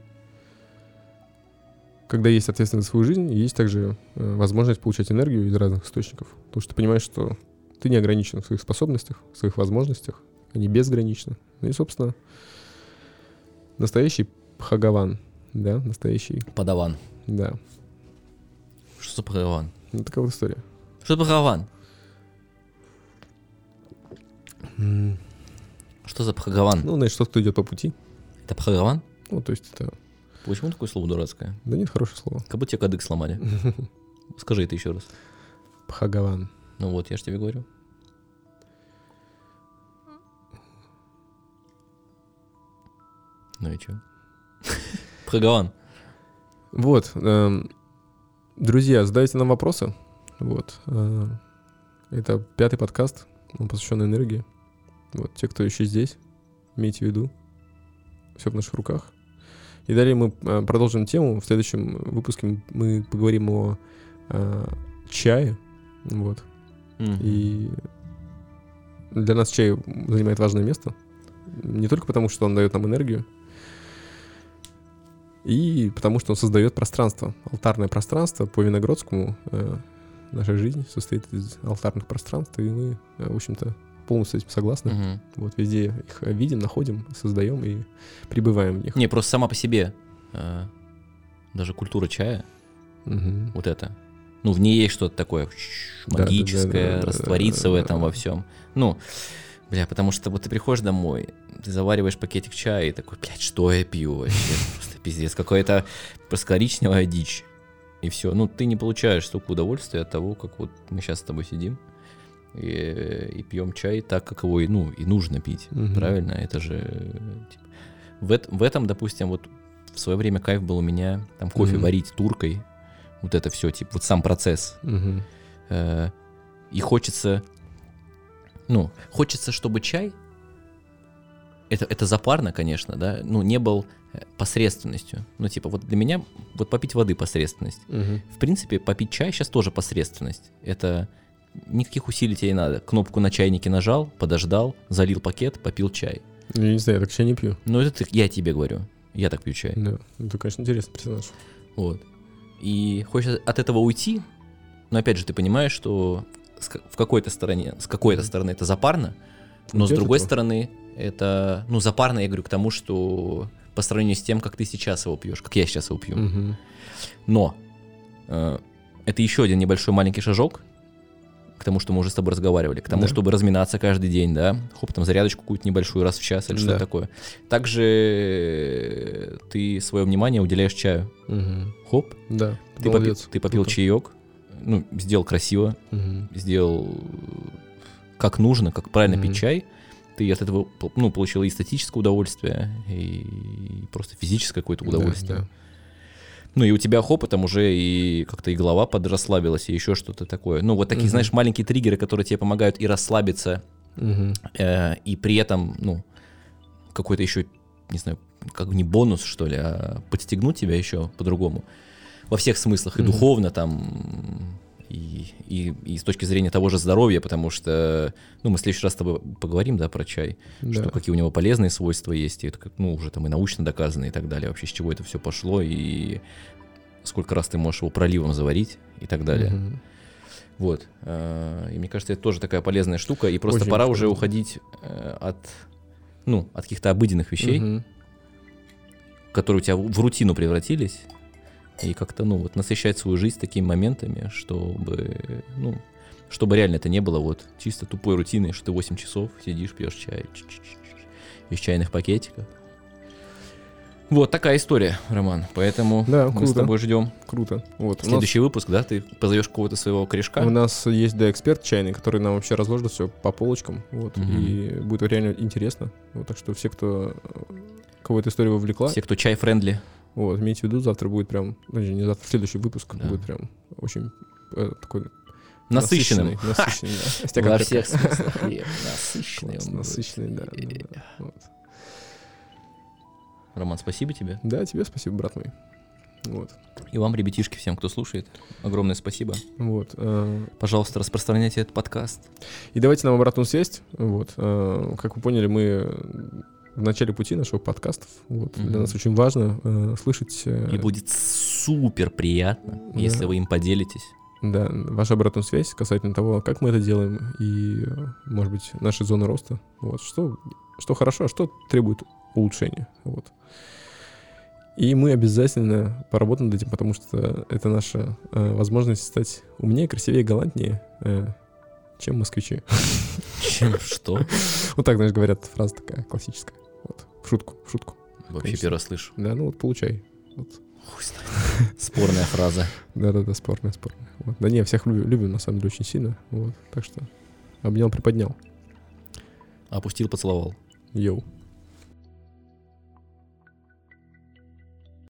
когда есть ответственность за свою жизнь, есть также э, возможность получать энергию из разных источников. Потому что ты понимаешь, что ты не ограничен в своих способностях, в своих возможностях. Они безграничны. Ну и, собственно, настоящий Бхагаван, да, настоящий... Падаван. Да. Что за Бхагаван? Ну, такая вот история. Что за Бхагаван? Mm. Что за Бхагаван? Ну, значит, тот, кто идет по пути. Это Бхагаван? Ну, то есть это... Почему такое слово дурацкое? Да нет, хорошее слово. Как будто тебе кадык сломали. Скажи это еще раз. Бхагаван. Ну вот, я же тебе говорю. Ну и что? Бхагаван. Вот. Э, друзья, задайте нам вопросы. Вот. Э, это пятый подкаст, он посвящен энергии. Вот. Те, кто еще здесь, имейте в виду. Все в наших руках. И далее мы э, продолжим тему. В следующем выпуске мы поговорим о э, чае. Вот. Mm-hmm. И для нас чай занимает важное место. Не только потому, что он дает нам энергию, и потому что он создает пространство, алтарное пространство. По Виногродскому э, наша жизнь состоит из алтарных пространств, и мы, э, в общем-то, полностью с этим согласны. Угу. Вот везде их видим, находим, создаем и пребываем в них. Не, просто сама по себе э, даже культура чая, угу. вот это, ну, в ней есть что-то такое магическое, да, да, да, да, раствориться да, да, в этом да, во всем. Ну, бля, потому что вот ты приходишь домой, ты завариваешь пакетик чая и такой, блядь, что я пью вообще? Просто пиздец, какая-то просто коричневая дичь. И все. Ну, ты не получаешь столько удовольствия от того, как вот мы сейчас с тобой сидим и, и пьем чай так, как его и, ну, и нужно пить. Угу. Правильно? Это же... Типа, в, в этом, допустим, вот в свое время кайф был у меня там кофе угу. варить туркой. Вот это все, типа, вот сам процесс. Угу. Э, и хочется... Ну, хочется, чтобы чай, это, это запарно, конечно, да, ну, не был посредственностью. Ну, типа, вот для меня, вот попить воды посредственность. Угу. В принципе, попить чай сейчас тоже посредственность. Это никаких усилий тебе не надо. Кнопку на чайнике нажал, подождал, залил пакет, попил чай. Я не знаю, я так чай не пью. Ну, это ты, я тебе говорю. Я так пью чай. Да, это, конечно, интересный персонаж. Вот. И хочется от этого уйти, но, опять же, ты понимаешь, что в какой-то стороне, с какой-то стороны это запарно, но с другой стороны это, ну, запарно, я говорю, к тому, что по сравнению с тем, как ты сейчас его пьешь, как я сейчас его пью. Угу. Но э, это еще один небольшой маленький шажок к тому, что мы уже с тобой разговаривали, к тому, да. чтобы разминаться каждый день, да, хоп, там зарядочку какую-то небольшую раз в час или да. что-то такое. Также ты свое внимание уделяешь чаю. Угу. Хоп, да. ты, попил, ты попил чаек, ну, сделал красиво, угу. сделал как нужно, как правильно угу. пить чай, ты от этого, ну, получил и эстетическое удовольствие, и просто физическое какое-то удовольствие. Да, да. Ну, и у тебя хоп, там уже и как-то и голова подрасслабилась, и еще что-то такое. Ну, вот такие, угу. знаешь, маленькие триггеры, которые тебе помогают и расслабиться, угу. э, и при этом, ну, какой-то еще, не знаю, как не бонус, что ли, а подстегнуть тебя еще по-другому. Во всех смыслах, и mm-hmm. духовно, там, и, и, и с точки зрения того же здоровья, потому что, ну, мы в следующий раз с тобой поговорим, да, про чай, да. что какие у него полезные свойства есть, и это, ну, уже там и научно доказано и так далее, вообще с чего это все пошло, и сколько раз ты можешь его проливом заварить и так далее. Mm-hmm. Вот. И мне кажется, это тоже такая полезная штука, и просто Очень пора полезно. Уже уходить от, ну, от каких-то обыденных вещей, mm-hmm. которые у тебя в рутину превратились, и как-то, ну, вот насыщать свою жизнь такими моментами, чтобы, ну, чтобы реально это не было вот чисто тупой рутиной, что ты восемь часов сидишь, пьешь чай из чайных пакетиков. Вот такая история, Роман. Поэтому да, мы круто. С тобой ждем. Круто. Вот. Следующий нас... выпуск, да, ты позовешь какого-то своего корешка. У нас есть, да, эксперт чайный, который нам вообще разложит все по полочкам. Вот. Mm-hmm. И будет реально интересно. Вот, так что все, кто кого эта история вовлекла. Все, кто чай-френдли. Вот, имейте в виду, завтра будет прям, ну, не завтра, следующий выпуск да. будет прям очень э, такой насыщенным. Насыщенный, да. Во всех смыслах. Насыщенный. Насыщенный, да. Роман, спасибо тебе. Да, тебе спасибо, брат мой. Вот. И вам, ребятишки, всем, кто слушает, огромное спасибо. Вот. э, Пожалуйста, распространяйте этот подкаст. И давайте нам обратную связь. Вот. э, Как вы поняли, мы в начале пути нашего подкастов. Вот. Для Мгм. нас очень важно э, слышать э, И будет супер приятно, Да. если вы им поделитесь. да, вашу обратную связь касательно того, как мы это делаем, и, э, может быть, нашей зоны роста. Вот. Что, что хорошо, а что требует улучшения. Вот. И мы обязательно поработаем над этим, потому что это наша э, возможность стать умнее, красивее, галантнее, э, чем москвичи. Чем что? Вот так, знаешь, говорят, фраза такая классическая. Вот. В шутку, в шутку. Вообще Конечно. первый раз слышу. Да, ну вот получай. Вот. Хуй знает. Спорная фраза. Да-да-да, спорная, спорная. Вот. Да не, всех любим, любим, на самом деле, очень сильно. Вот. Так что обнял, приподнял. Опустил, поцеловал. Йоу.